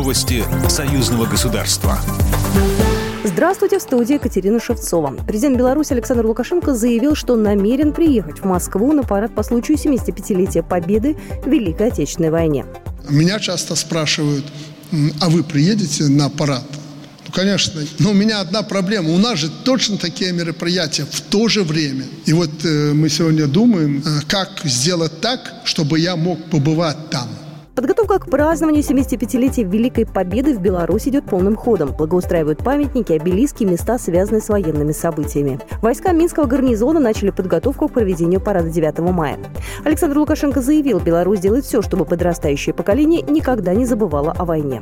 Новости союзного государства. Здравствуйте, в студии Екатерина Шевцова. Президент Беларуси Александр Лукашенко заявил, что намерен приехать в Москву на парад по случаю 75-летия Победы в Великой Отечественной войне. Меня часто спрашивают, а вы приедете на парад? Ну, конечно, но у меня одна проблема. У нас же точно такие мероприятия в то же время. И вот мы сегодня думаем, как сделать так, чтобы я мог побывать там. Подготовка к празднованию 75-летия Великой Победы в Беларуси идет полным ходом. Благоустраивают памятники, обелиски, места, связанные с военными событиями. Войска Минского гарнизона начали подготовку к проведению парада 9 мая. Александр Лукашенко заявил, Беларусь делает все, чтобы подрастающее поколение никогда не забывало о войне.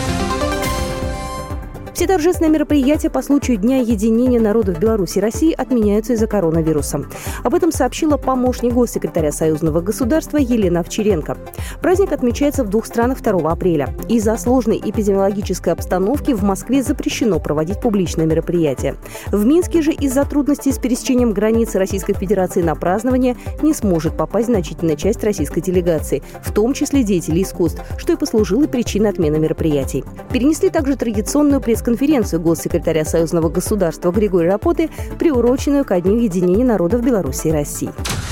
Все торжественные мероприятия по случаю Дня единения народов Беларуси и России отменяются из-за коронавируса. Об этом сообщила помощник госсекретаря союзного государства Елена Овчаренко. Праздник отмечается в двух странах 2 апреля. Из-за сложной эпидемиологической обстановки в Москве запрещено проводить публичные мероприятия. В Минске же из-за трудностей с пересечением границы Российской Федерации на празднование не сможет попасть значительная часть российской делегации, в том числе деятелей искусств, что и послужило причиной отмены мероприятий. Перенесли также традиционную пресс-конференцию госсекретаря союзного государства Григория Рапоты, приуроченную ко Дню единения народов Беларуси и России.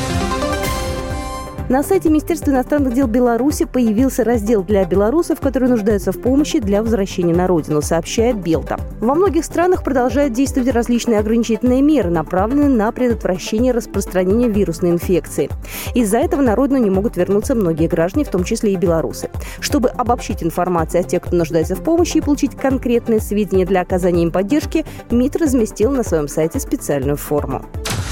На сайте Министерства иностранных дел Беларуси появился раздел для белорусов, которые нуждаются в помощи для возвращения на родину, сообщает Белта. Во многих странах продолжают действовать различные ограничительные меры, направленные на предотвращение распространения вирусной инфекции. Из-за этого на родину не могут вернуться многие граждане, в том числе и белорусы. Чтобы обобщить информацию о тех, кто нуждается в помощи, и получить конкретные сведения для оказания им поддержки, МИД разместил на своем сайте специальную форму.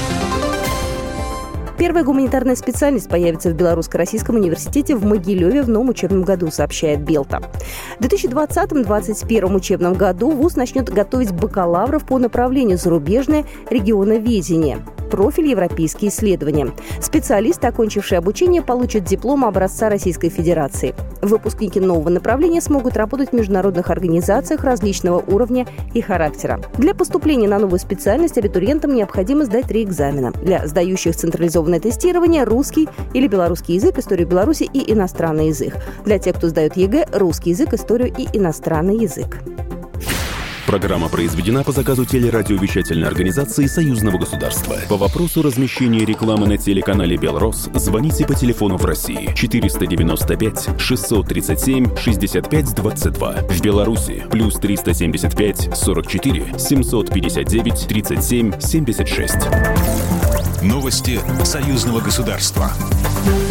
Первая гуманитарная специальность появится в Белорусско-Российском университете в Могилеве в новом учебном году, сообщает Белта. В 2020-2021 учебном году вуз начнет готовить бакалавров по направлению зарубежное регионоведение. Профиль европейские исследования. Специалисты, окончившие обучение, получат диплом образца Российской Федерации. Выпускники нового направления смогут работать в международных организациях различного уровня и характера. Для поступления на новую специальность абитуриентам необходимо сдать 3 экзамена. Для сдающих централизованное тестирование – русский или белорусский язык, историю Беларуси и иностранный язык. Для тех, кто сдает ЕГЭ – русский язык, историю и иностранный язык. Программа произведена по заказу телерадиовещательной организации Союзного государства. По вопросу размещения рекламы на телеканале «Белрос» звоните по телефону в России 495 637 65 22. В Беларуси плюс 375 44 759 37 76. Новости союзного государства.